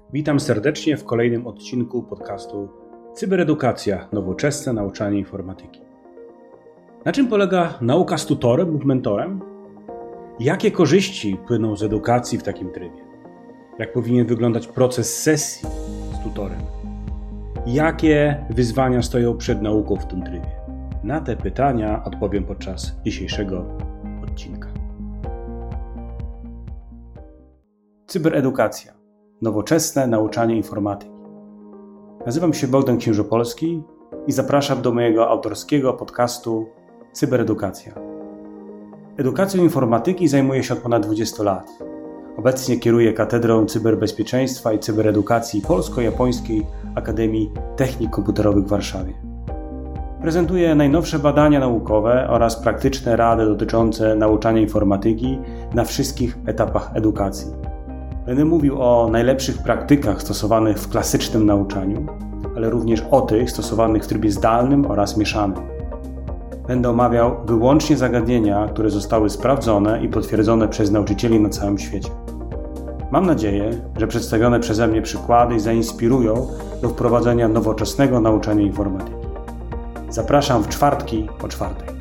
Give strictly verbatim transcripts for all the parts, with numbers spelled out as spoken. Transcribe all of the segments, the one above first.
Witam serdecznie w kolejnym odcinku podcastu Cyberedukacja – nowoczesne nauczanie informatyki. Na czym polega nauka z tutorem lub mentorem? Jakie korzyści płyną z edukacji w takim trybie? Jak powinien wyglądać proces sesji z tutorem? Jakie wyzwania stoją przed nauką w tym trybie? Na te pytania odpowiem podczas dzisiejszego odcinka. Cyberedukacja. Nowoczesne nauczanie informatyki. Nazywam się Bogdan Księżopolski i zapraszam do mojego autorskiego podcastu Cyberedukacja. Edukacją informatyki zajmuję się od ponad dwudziestu lat. Obecnie kieruję Katedrą Cyberbezpieczeństwa i Cyberedukacji Polsko-Japońskiej Akademii Technik Komputerowych w Warszawie. Prezentuję najnowsze badania naukowe oraz praktyczne rady dotyczące nauczania informatyki na wszystkich etapach edukacji. Będę mówił o najlepszych praktykach stosowanych w klasycznym nauczaniu, ale również o tych stosowanych w trybie zdalnym oraz mieszanym. Będę omawiał wyłącznie zagadnienia, które zostały sprawdzone i potwierdzone przez nauczycieli na całym świecie. Mam nadzieję, że przedstawione przeze mnie przykłady zainspirują do wprowadzenia nowoczesnego nauczania informatyki. Zapraszam w czwartki o czwartej.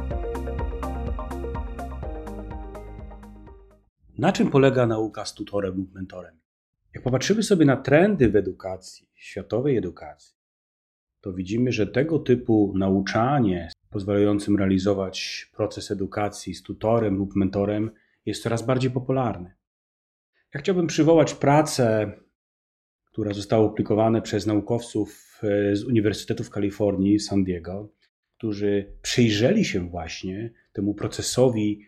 Na czym polega nauka z tutorem lub mentorem? Jak popatrzymy sobie na trendy w edukacji, światowej edukacji, to widzimy, że tego typu nauczanie pozwalającym realizować proces edukacji z tutorem lub mentorem jest coraz bardziej popularny. Ja chciałbym przywołać pracę, która została opublikowana przez naukowców z Uniwersytetu w Kalifornii, San Diego, którzy przyjrzeli się właśnie temu procesowi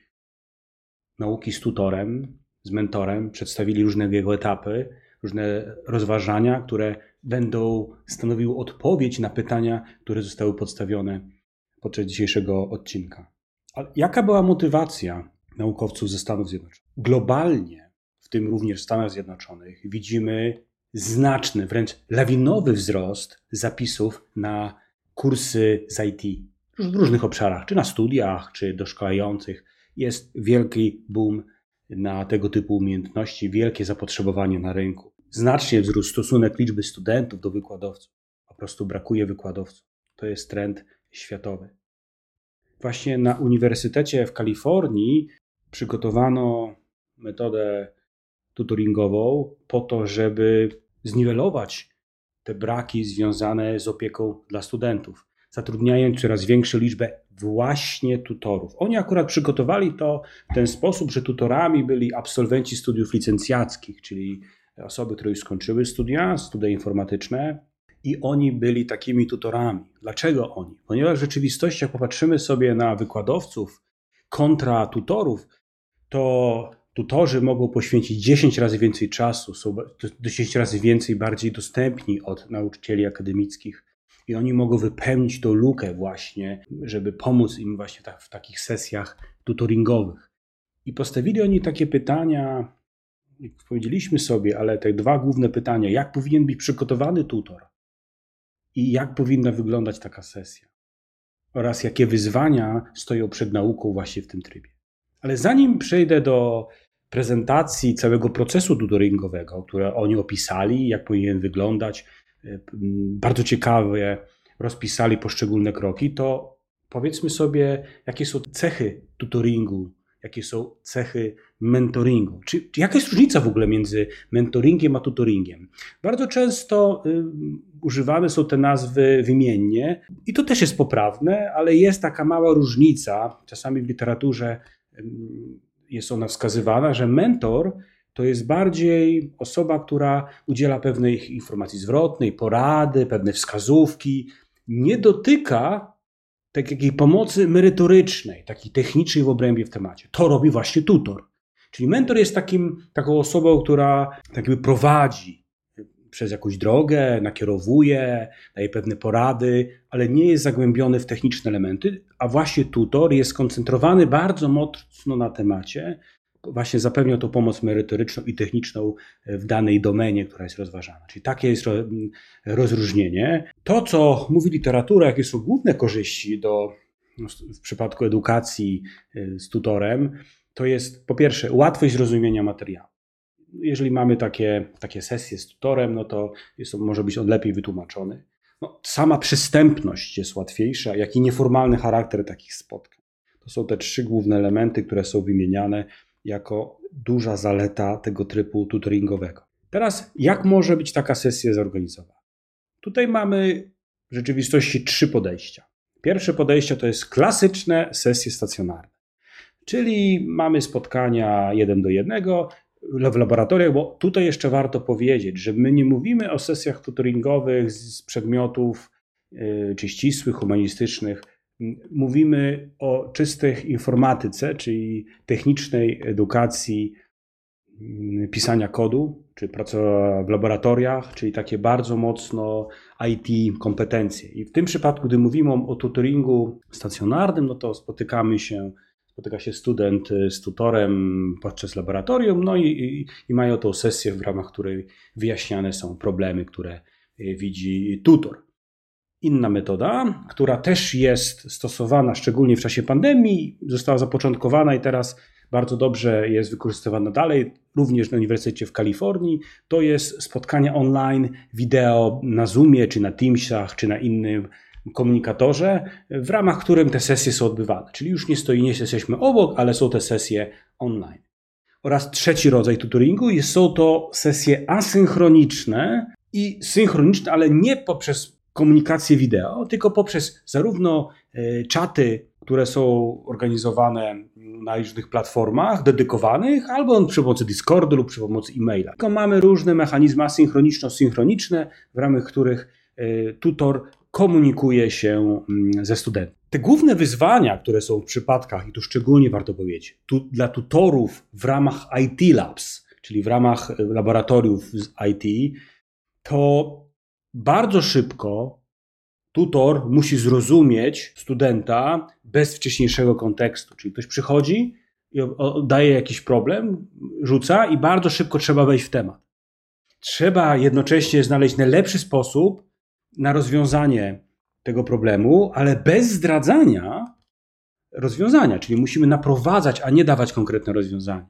nauki z tutorem, z mentorem, przedstawili różne jego etapy, różne rozważania, które będą stanowiły odpowiedź na pytania, które zostały postawione podczas dzisiejszego odcinka. Ale jaka była motywacja naukowców ze Stanów Zjednoczonych? Globalnie, w tym również w Stanach Zjednoczonych, widzimy znaczny, wręcz lawinowy wzrost zapisów na kursy z I T w różnych obszarach, czy na studiach, czy doszkalających. Jest wielki boom na tego typu umiejętności, wielkie zapotrzebowanie na rynku. Znacznie wzrósł stosunek liczby studentów do wykładowców. Po prostu brakuje wykładowców. To jest trend światowy. Właśnie na Uniwersytecie w Kalifornii przygotowano metodę tutoringową po to, żeby zniwelować te braki związane z opieką dla studentów, zatrudniając coraz większą liczbę właśnie tutorów. Oni akurat przygotowali to w ten sposób, że tutorami byli absolwenci studiów licencjackich, czyli osoby, które już skończyły studia, studia informatyczne i oni byli takimi tutorami. Dlaczego oni? Ponieważ w rzeczywistości, jak popatrzymy sobie na wykładowców kontra tutorów, to tutorzy mogą poświęcić dziesięć razy więcej czasu, są dziesięć razy więcej, bardziej dostępni od nauczycieli akademickich. I oni mogą wypełnić tą lukę właśnie, żeby pomóc im właśnie tak, w takich sesjach tutoringowych. I postawili oni takie pytania, jak powiedzieliśmy sobie, ale te dwa główne pytania. Jak powinien być przygotowany tutor? I jak powinna wyglądać taka sesja? Oraz jakie wyzwania stoją przed nauką właśnie w tym trybie. Ale zanim przejdę do prezentacji całego procesu tutoringowego, które oni opisali, jak powinien wyglądać, bardzo ciekawie rozpisali poszczególne kroki, to powiedzmy sobie, jakie są cechy tutoringu, jakie są cechy mentoringu. Czy, czy jaka jest różnica w ogóle między mentoringiem a tutoringiem? Bardzo często y, używane są te nazwy wymiennie i to też jest poprawne, ale jest taka mała różnica, czasami w literaturze y, jest ona wskazywana, że mentor to jest bardziej osoba, która udziela pewnej informacji zwrotnej, porady, pewnej wskazówki. Nie dotyka takiej pomocy merytorycznej, takiej technicznej w obrębie w temacie. To robi właśnie tutor. Czyli mentor jest takim, taką osobą, która tak jakby prowadzi przez jakąś drogę, nakierowuje, daje pewne porady, ale nie jest zagłębiony w techniczne elementy, a właśnie tutor jest skoncentrowany bardzo mocno na temacie, właśnie zapewnia tą pomoc merytoryczną i techniczną w danej domenie, która jest rozważana. Czyli takie jest rozróżnienie. To, co mówi literatura, jakie są główne korzyści do, w przypadku edukacji z tutorem, to jest po pierwsze łatwość zrozumienia materiału. jeżeli mamy takie, takie sesje z tutorem, no to jest, może być on lepiej wytłumaczony. No, sama przystępność jest łatwiejsza, jak i nieformalny charakter takich spotkań. To są te trzy główne elementy, które są wymieniane jako duża zaleta tego trybu tutoringowego. Teraz, jak może być taka sesja zorganizowana? Tutaj mamy w rzeczywistości trzy podejścia. Pierwsze podejście to jest klasyczne sesje stacjonarne, czyli mamy spotkania jeden do jednego w laboratoriach, bo tutaj jeszcze warto powiedzieć, że my nie mówimy o sesjach tutoringowych z przedmiotów czy ścisłych, humanistycznych. Mówimy o czystej informatyce, czyli technicznej edukacji pisania kodu, czy pracowania w laboratoriach, czyli takie bardzo mocno I T kompetencje. I w tym przypadku, gdy mówimy o tutoringu stacjonarnym, no to spotykamy się, spotyka się student z tutorem podczas laboratorium, no i, i, i mają tą sesję, w ramach której wyjaśniane są problemy, które widzi tutor. Inna metoda, która też jest stosowana szczególnie w czasie pandemii, została zapoczątkowana i teraz bardzo dobrze jest wykorzystywana dalej, również na Uniwersytecie w Kalifornii, to jest spotkania online, wideo na Zoomie, czy na Teamsach, czy na innym komunikatorze, w ramach którym te sesje są odbywane. Czyli już nie stoi, nie jesteśmy obok, ale są te sesje online. Oraz trzeci rodzaj tutoringu, jest, są to sesje asynchroniczne i synchroniczne, ale nie poprzez komunikację wideo, tylko poprzez zarówno czaty, które są organizowane na różnych platformach dedykowanych, albo przy pomocy Discordu lub przy pomocy e-maila. Tylko mamy różne mechanizmy asynchroniczno-synchroniczne, w ramach których tutor komunikuje się ze studentem. Te główne wyzwania, które są w przypadkach, i tu szczególnie warto powiedzieć, tu, dla tutorów w ramach I T Labs, czyli w ramach laboratoriów z I T, to bardzo szybko tutor musi zrozumieć studenta bez wcześniejszego kontekstu. Czyli ktoś przychodzi i daje jakiś problem, rzuca i bardzo szybko trzeba wejść w temat. Trzeba jednocześnie znaleźć najlepszy sposób na rozwiązanie tego problemu, ale bez zdradzania rozwiązania. Czyli musimy naprowadzać, a nie dawać konkretne rozwiązanie.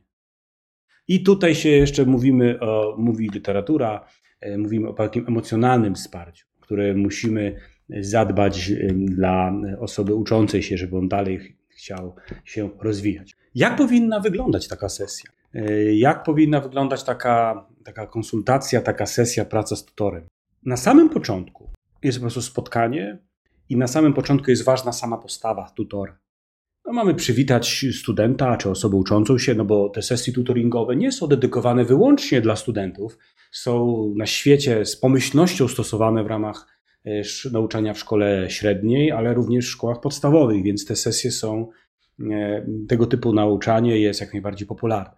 I tutaj się jeszcze mówimy o, mówi literatura, mówimy o takim emocjonalnym wsparciu, które musimy zadbać dla osoby uczącej się, żeby on dalej chciał się rozwijać. Jak powinna wyglądać taka sesja? Jak powinna wyglądać taka, taka konsultacja, taka sesja, praca z tutorem? Na samym początku jest po prostu spotkanie i na samym początku jest ważna sama postawa tutora. No, mamy przywitać studenta czy osobę uczącą się, no bo te sesje tutoringowe nie są dedykowane wyłącznie dla studentów, są na świecie z pomyślnością stosowane w ramach nauczania w szkole średniej, ale również w szkołach podstawowych, więc te sesje są, tego typu nauczanie jest jak najbardziej popularne.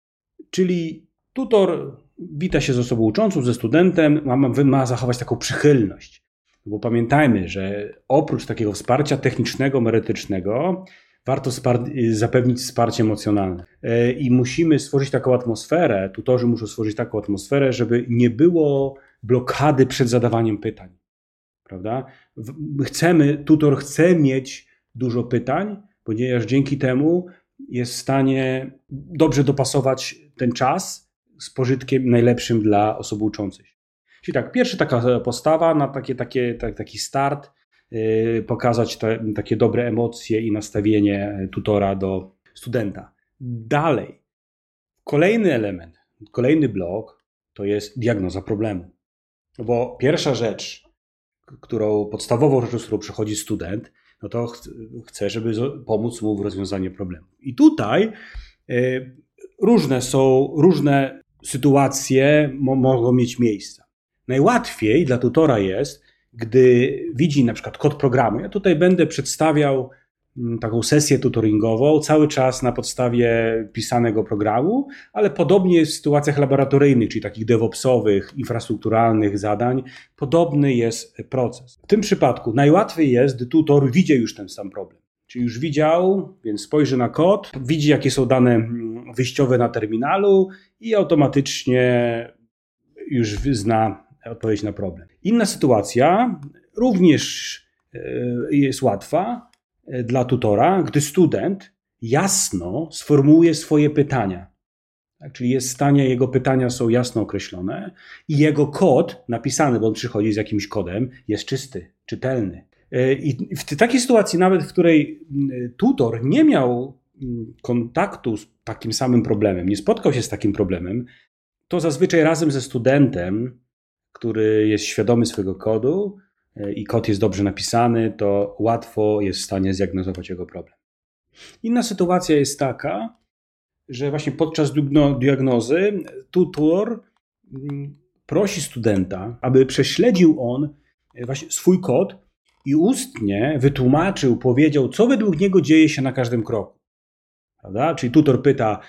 Czyli tutor wita się z osobą uczącą, ze studentem, ma, ma zachować taką przychylność. Bo pamiętajmy, że oprócz takiego wsparcia technicznego, merytorycznego, warto spar- zapewnić wsparcie emocjonalne. I musimy stworzyć taką atmosferę, tutorzy muszą stworzyć taką atmosferę, żeby nie było blokady przed zadawaniem pytań. Prawda? Chcemy, tutor chce mieć dużo pytań, ponieważ dzięki temu jest w stanie dobrze dopasować ten czas z pożytkiem najlepszym dla osoby uczącej się. Czyli tak, pierwsza taka postawa na takie, takie, tak, taki start, yy, pokazać te, takie dobre emocje i nastawienie tutora do studenta. Dalej, kolejny element, kolejny blok to jest diagnoza problemu. No bo pierwsza rzecz, którą podstawową rzeczą, z którą przychodzi student, no to ch- chce, żeby pomóc mu w rozwiązaniu problemu. I tutaj y, różne są, różne sytuacje mo- mogą mieć miejsce. Najłatwiej dla tutora jest, gdy widzi na przykład kod programu. Ja tutaj będę przedstawiał taką sesję tutoringową cały czas na podstawie pisanego programu, ale podobnie jest w sytuacjach laboratoryjnych, czyli takich DevOpsowych, infrastrukturalnych zadań. Podobny jest proces. W tym przypadku najłatwiej jest, gdy tutor widzi już ten sam problem. Czyli już widział, więc spojrzy na kod, widzi jakie są dane wyjściowe na terminalu i automatycznie już zna odpowiedź na problem. Inna sytuacja również jest łatwa dla tutora, gdy student jasno sformułuje swoje pytania. Tak? Czyli jest w stanie, jego pytania są jasno określone i jego kod napisany, bo on przychodzi z jakimś kodem, jest czysty, czytelny. I w takiej sytuacji, nawet w której tutor nie miał kontaktu z takim samym problemem, nie spotkał się z takim problemem, to zazwyczaj razem ze studentem, który jest świadomy swojego kodu i kod jest dobrze napisany, to łatwo jest w stanie zdiagnozować jego problem. Inna sytuacja jest taka, że właśnie podczas diagnozy tutor prosi studenta, aby prześledził on właśnie swój kod i ustnie wytłumaczył, powiedział, co według niego dzieje się na każdym kroku. Prawda? Czyli tutor pyta,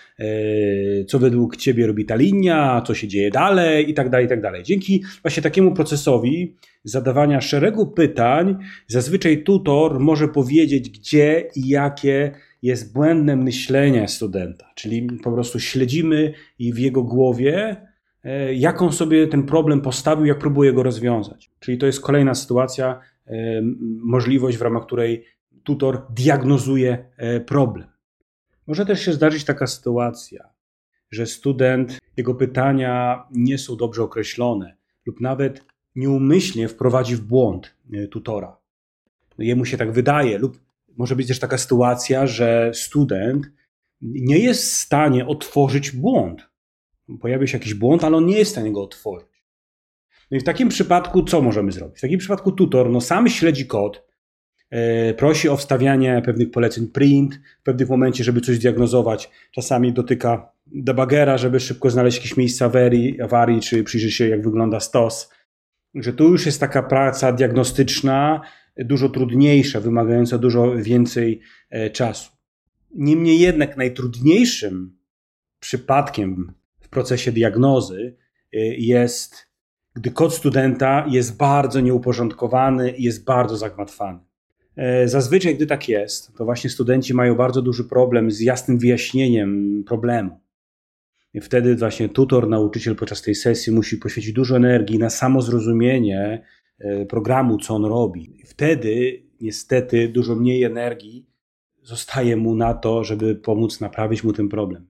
co według ciebie robi ta linia, co się dzieje dalej i tak dalej, i tak dalej. Dzięki właśnie takiemu procesowi zadawania szeregu pytań, zazwyczaj tutor może powiedzieć, gdzie i jakie jest błędne myślenie studenta. Czyli po prostu śledzimy i w jego głowie, jak on sobie ten problem postawił, jak próbuje go rozwiązać. Czyli to jest kolejna sytuacja, możliwość, w ramach której tutor diagnozuje problem. Może też się zdarzyć taka sytuacja, że student, jego pytania nie są dobrze określone lub nawet nieumyślnie wprowadzi w błąd tutora. Jemu się tak wydaje, lub może być też taka sytuacja, że student nie jest w stanie otworzyć błąd. Pojawia się jakiś błąd, ale on nie jest w stanie go otworzyć. No i w takim przypadku co możemy zrobić? W takim przypadku tutor no, sam śledzi kod, yy, prosi o wstawianie pewnych poleceń print w pewnym momencie, żeby coś zdiagnozować. Czasami dotyka debuggera, żeby szybko znaleźć jakieś miejsca awarii, awarii czy przyjrzeć się, jak wygląda stos. Że tu już jest taka praca diagnostyczna, dużo trudniejsza, wymagająca dużo więcej e, czasu. Niemniej jednak najtrudniejszym przypadkiem w procesie diagnozy e, jest, gdy kod studenta jest bardzo nieuporządkowany i jest bardzo zagmatwany. E, zazwyczaj, gdy tak jest, to właśnie studenci mają bardzo duży problem z jasnym wyjaśnieniem problemu. I wtedy właśnie tutor, nauczyciel podczas tej sesji musi poświęcić dużo energii na samo zrozumienie programu, co on robi. Wtedy niestety dużo mniej energii zostaje mu na to, żeby pomóc naprawić mu ten problem.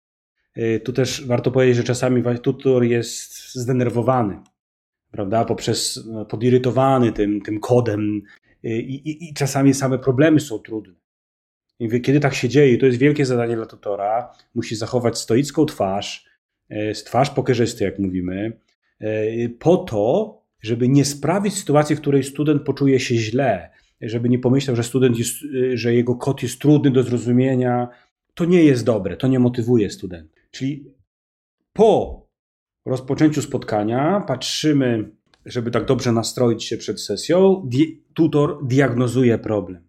Tu też warto powiedzieć, że czasami tutor jest zdenerwowany, prawda, poprzez podirytowany tym, tym kodem i, i, i czasami same problemy są trudne. I kiedy tak się dzieje, to jest wielkie zadanie dla tutora, musi zachować stoicką twarz, twarz pokerzysty, jak mówimy, po to, żeby nie sprawić sytuacji, w której student poczuje się źle, żeby nie pomyślał, że student jest, że jego kod jest trudny do zrozumienia. To nie jest dobre, to nie motywuje studenta. Czyli po rozpoczęciu spotkania patrzymy, żeby tak dobrze nastroić się przed sesją, di- tutor diagnozuje problem.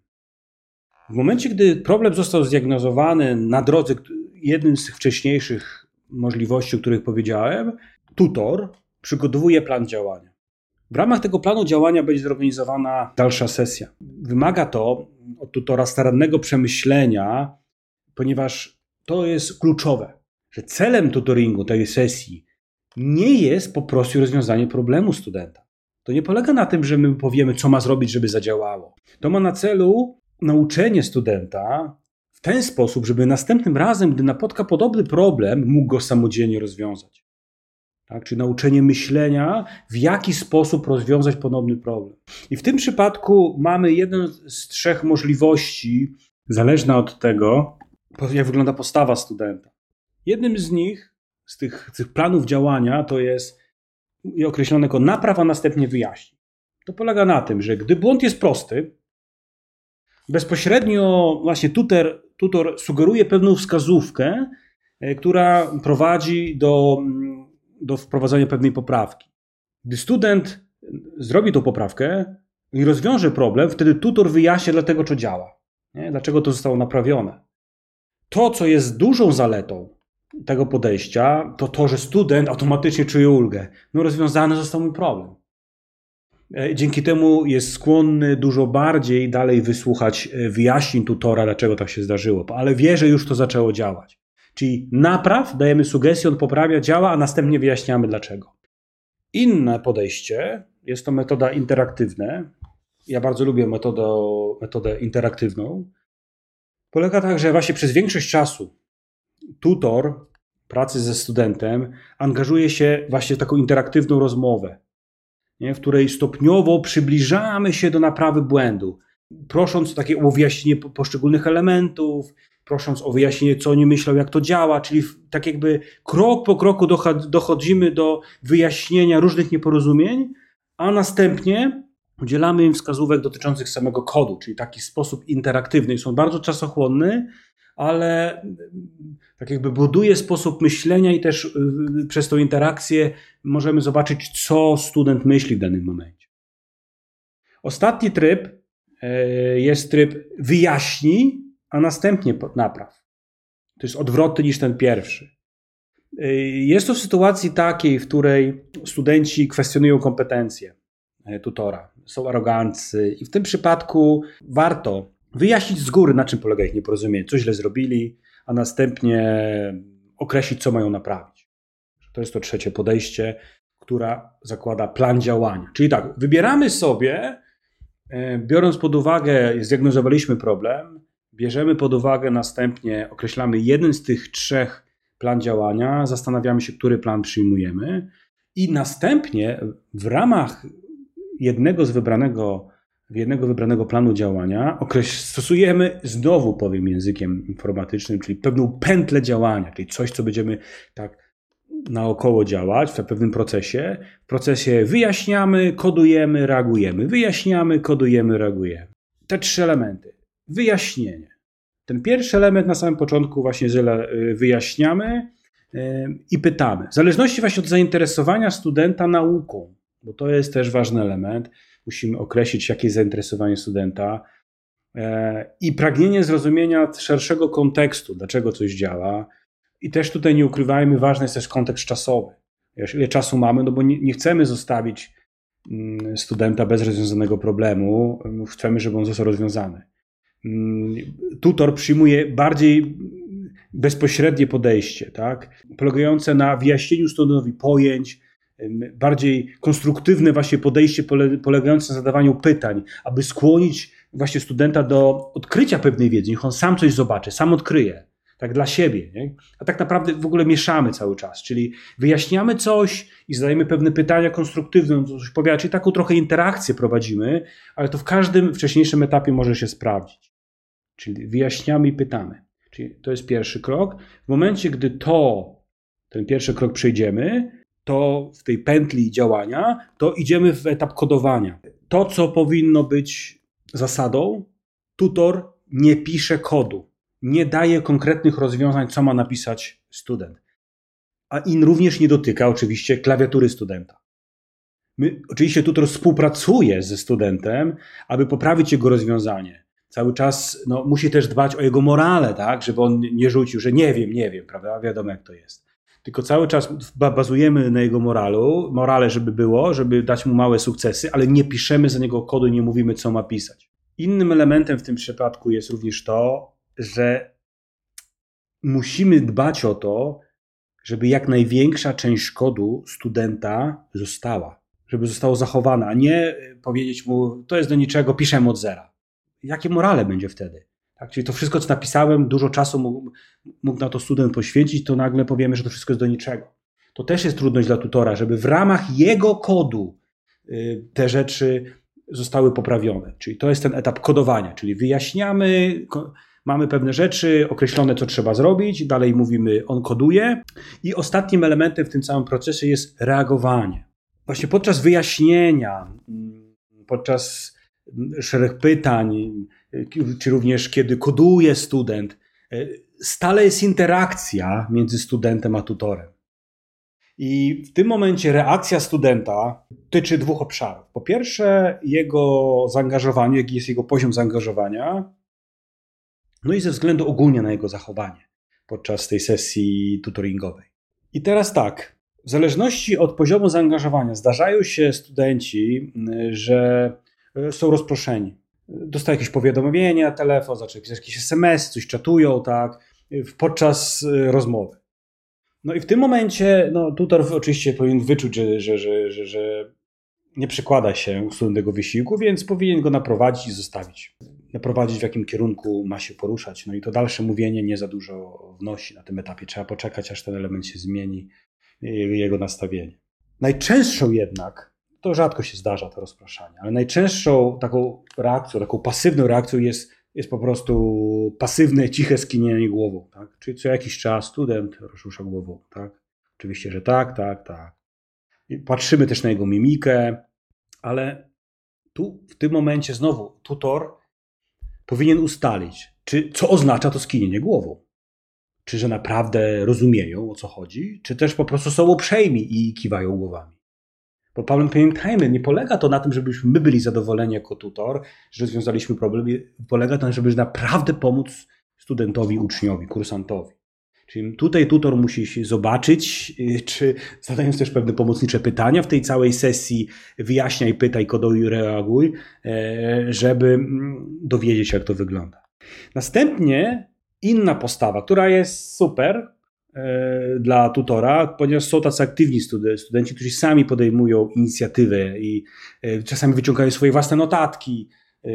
W momencie, gdy problem został zdiagnozowany na drodze, jednym z tych wcześniejszych możliwości, o których powiedziałem, tutor przygotowuje plan działania. W ramach tego planu działania będzie zorganizowana dalsza sesja. Wymaga to od tutora starannego przemyślenia, ponieważ to jest kluczowe, że celem tutoringu tej sesji nie jest po prostu rozwiązanie problemu studenta. To nie polega na tym, że my powiemy, co ma zrobić, żeby zadziałało. To ma na celu nauczenie studenta w ten sposób, żeby następnym razem, gdy napotka podobny problem, mógł go samodzielnie rozwiązać. Tak? Czyli nauczenie myślenia, w jaki sposób rozwiązać podobny problem. I w tym przypadku mamy jedną z trzech możliwości, zależna od tego, jak wygląda postawa studenta. Jednym z nich, z tych, tych planów działania, to jest określone jako naprawa, a następnie wyjaśnień. To polega na tym, że gdy błąd jest prosty, bezpośrednio właśnie tutor, tutor sugeruje pewną wskazówkę, która prowadzi do, do wprowadzenia pewnej poprawki. Gdy student zrobi tą poprawkę i rozwiąże problem, wtedy tutor wyjaśnia, dlaczego to działa, nie? Dlaczego to zostało naprawione. To, co jest dużą zaletą tego podejścia, to to, że student automatycznie czuje ulgę. No rozwiązany został mój problem. Dzięki temu jest skłonny dużo bardziej dalej wysłuchać wyjaśnień tutora, dlaczego tak się zdarzyło, ale wie, że już to zaczęło działać. Czyli napraw, dajemy sugestię, on poprawia, działa, a następnie wyjaśniamy dlaczego. Inne podejście jest to metoda interaktywna. Ja bardzo lubię metodę, metodę interaktywną. Polega tak, że właśnie przez większość czasu tutor pracy ze studentem angażuje się właśnie w taką interaktywną rozmowę, nie? W której stopniowo przybliżamy się do naprawy błędu, prosząc takie o wyjaśnienie poszczególnych elementów, prosząc o wyjaśnienie, co oni myślą, jak to działa, czyli tak jakby krok po kroku dochodzimy do wyjaśnienia różnych nieporozumień, a następnie udzielamy im wskazówek dotyczących samego kodu, czyli taki sposób interaktywny. Są bardzo czasochłonny, ale tak jakby buduje sposób myślenia i też przez tą interakcję możemy zobaczyć, co student myśli w danym momencie. Ostatni tryb jest tryb wyjaśnij, a następnie napraw. To jest odwrotny niż ten pierwszy. Jest to w sytuacji takiej, w której studenci kwestionują kompetencje tutora, są aroganccy i w tym przypadku warto wyjaśnić z góry, na czym polega ich nieporozumienie, co źle zrobili, a następnie określić, co mają naprawić. To jest to trzecie podejście, która zakłada plan działania. Czyli tak, wybieramy sobie, biorąc pod uwagę, zdiagnozowaliśmy problem, bierzemy pod uwagę, następnie określamy jeden z tych trzech plan działania, zastanawiamy się, który plan przyjmujemy i następnie w ramach jednego z wybranego, jednego wybranego planu działania stosujemy, znowu powiem językiem informatycznym, czyli pewną pętlę działania, czyli coś, co będziemy tak naokoło działać w pewnym procesie. W procesie wyjaśniamy, kodujemy, reagujemy. Wyjaśniamy, kodujemy, reagujemy. Te trzy elementy. Wyjaśnienie. Ten pierwszy element na samym początku właśnie wyjaśniamy i pytamy. W zależności właśnie od zainteresowania studenta nauką, bo to jest też ważny element, musimy określić, jakie jest zainteresowanie studenta i pragnienie zrozumienia szerszego kontekstu, dlaczego coś działa. I też tutaj nie ukrywajmy, ważny jest też kontekst czasowy. Wiesz, ile czasu mamy, no bo nie, nie chcemy zostawić studenta bez rozwiązanego problemu, chcemy, żeby on został rozwiązany. Tutor przyjmuje bardziej bezpośrednie podejście, tak? Polegające na wyjaśnieniu studentowi pojęć, bardziej konstruktywne właśnie podejście polegające na zadawaniu pytań, aby skłonić właśnie studenta do odkrycia pewnej wiedzy, niech on sam coś zobaczy, sam odkryje, tak dla siebie. Nie? A tak naprawdę w ogóle mieszamy cały czas, czyli wyjaśniamy coś i zadajemy pewne pytania konstruktywne, coś powiada, czyli taką trochę interakcję prowadzimy, ale to w każdym wcześniejszym etapie może się sprawdzić. Czyli wyjaśniamy i pytamy. Czyli to jest pierwszy krok. W momencie, gdy to, ten pierwszy krok przejdziemy, to w tej pętli działania, to idziemy w etap kodowania. To, co powinno być zasadą, tutor nie pisze kodu, nie daje konkretnych rozwiązań, co ma napisać student. A in również nie dotyka oczywiście klawiatury studenta. My, oczywiście tutor współpracuje ze studentem, aby poprawić jego rozwiązanie. Cały czas no, musi też dbać o jego morale, tak, żeby on nie rzucił, że nie wiem, nie wiem, prawda, wiadomo jak to jest. Tylko cały czas bazujemy na jego moralu, morale, żeby było, żeby dać mu małe sukcesy, ale nie piszemy za niego kodu, nie mówimy, co ma pisać. Innym elementem w tym przypadku jest również to, że musimy dbać o to, żeby jak największa część kodu studenta została, żeby zostało zachowana, a nie powiedzieć mu, to jest do niczego, piszemy od zera. Jakie morale będzie wtedy? Tak, czyli to wszystko, co napisałem, dużo czasu mógł, mógł na to student poświęcić, to nagle powiemy, że to wszystko jest do niczego. To też jest trudność dla tutora, żeby w ramach jego kodu y, te rzeczy zostały poprawione. Czyli to jest ten etap kodowania, czyli wyjaśniamy, ko- mamy pewne rzeczy określone, co trzeba zrobić, dalej mówimy, on koduje i ostatnim elementem w tym całym procesie jest reagowanie. Właśnie podczas wyjaśnienia, podczas szereg pytań, czy również kiedy koduje student, stale jest interakcja między studentem a tutorem. I w tym momencie reakcja studenta dotyczy dwóch obszarów. Po pierwsze jego zaangażowanie, jaki jest jego poziom zaangażowania, no i ze względu ogólnie na jego zachowanie podczas tej sesji tutoringowej. I teraz tak, w zależności od poziomu zaangażowania zdarzają się studenci, że są rozproszeni. Dostają jakieś powiadomienia, telefon, znaczy jakieś es em esy, coś czatują, tak, podczas rozmowy. No i w tym momencie no, tutor oczywiście powinien wyczuć, że, że, że, że, że nie przykłada się student tego wysiłku, więc powinien go naprowadzić i zostawić. naprowadzić, w jakim kierunku ma się poruszać. No i to dalsze mówienie nie za dużo wnosi na tym etapie. Trzeba poczekać, aż ten element się zmieni, jego nastawienie. Najczęstszą jednak, to rzadko się zdarza to rozpraszanie, ale najczęstszą taką reakcją, taką pasywną reakcją jest, jest po prostu pasywne, ciche skinienie głową. Tak? Czyli co jakiś czas student rusza głową. Tak? Oczywiście, że tak, tak, tak. I patrzymy też na jego mimikę, ale tu w tym momencie znowu tutor powinien ustalić, czy, co oznacza to skinienie głową. Czy że naprawdę rozumieją, o co chodzi, czy też po prostu są uprzejmi i kiwają głowami. Bo pamiętajmy, nie polega to na tym, żebyśmy my byli zadowoleni jako tutor, że rozwiązaliśmy problem. Polega to na tym, żeby naprawdę pomóc studentowi, uczniowi, kursantowi. Czyli tutaj tutor musi się zobaczyć, czy zadając też pewne pomocnicze pytania w tej całej sesji, wyjaśniaj, pytaj, koduj, reaguj, żeby dowiedzieć się, jak to wygląda. Następnie inna postawa, która jest super dla tutora, ponieważ są tacy aktywni studenci, którzy sami podejmują inicjatywę i czasami wyciągają swoje własne notatki.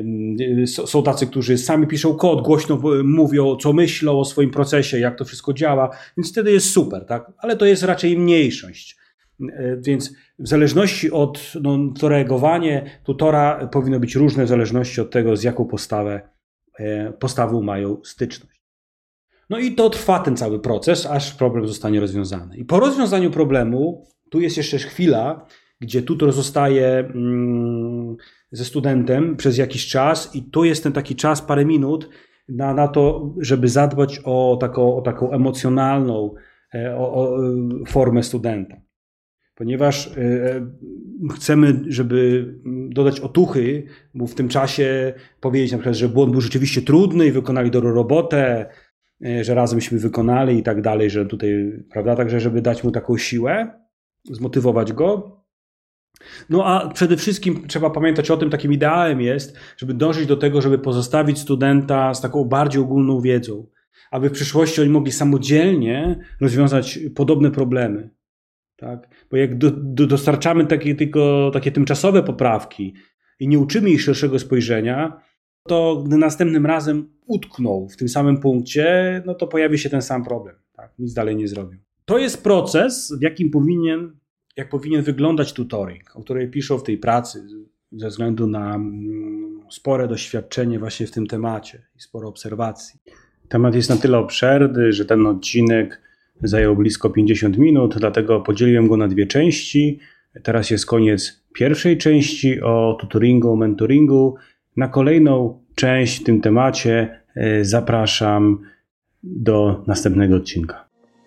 Są tacy, którzy sami piszą kod, głośno mówią, co myślą o swoim procesie, jak to wszystko działa, więc wtedy jest super, tak? Ale to jest raczej mniejszość. Więc w zależności od no, to reagowanie tutora powinno być różne w zależności od tego, z jaką postawę, postawą mają styczność. No i to trwa ten cały proces, aż problem zostanie rozwiązany. I po rozwiązaniu problemu, tu jest jeszcze chwila, gdzie tutor zostaje mm, ze studentem przez jakiś czas i tu jest ten taki czas, parę minut na, na to, żeby zadbać o taką, o taką emocjonalną o, o formę studenta. Ponieważ y, chcemy, żeby dodać otuchy, mu w tym czasie powiedzieć na przykład, że błąd był rzeczywiście trudny i wykonali dobrą robotę, y, że razemśmy wykonali i tak dalej, że tutaj, prawda, także żeby dać mu taką siłę, zmotywować go. No a przede wszystkim trzeba pamiętać o tym, takim ideałem jest, żeby dążyć do tego, żeby pozostawić studenta z taką bardziej ogólną wiedzą, aby w przyszłości oni mogli samodzielnie rozwiązać podobne problemy. Tak? Bo jak do, do, dostarczamy takie, tylko takie tymczasowe poprawki i nie uczymy ich szerszego spojrzenia, to gdy następnym razem utkną w tym samym punkcie, no to pojawi się ten sam problem. Tak? Nic dalej nie zrobią. To jest proces, w jakim powinien, jak powinien wyglądać tutoring, o której piszę w tej pracy, ze względu na spore doświadczenie właśnie w tym temacie i sporo obserwacji. Temat jest na tyle obszerny, że ten odcinek zajął blisko pięćdziesiąt minut, dlatego podzieliłem go na dwie części. Teraz jest koniec pierwszej części o tutoringu, mentoringu. Na kolejną część w tym temacie zapraszam do następnego odcinka.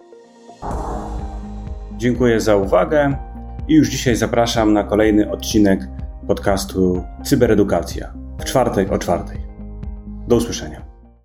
Dziękuję za uwagę i już dzisiaj zapraszam na kolejny odcinek podcastu Cyberedukacja w czwartek o czwartej. Do usłyszenia.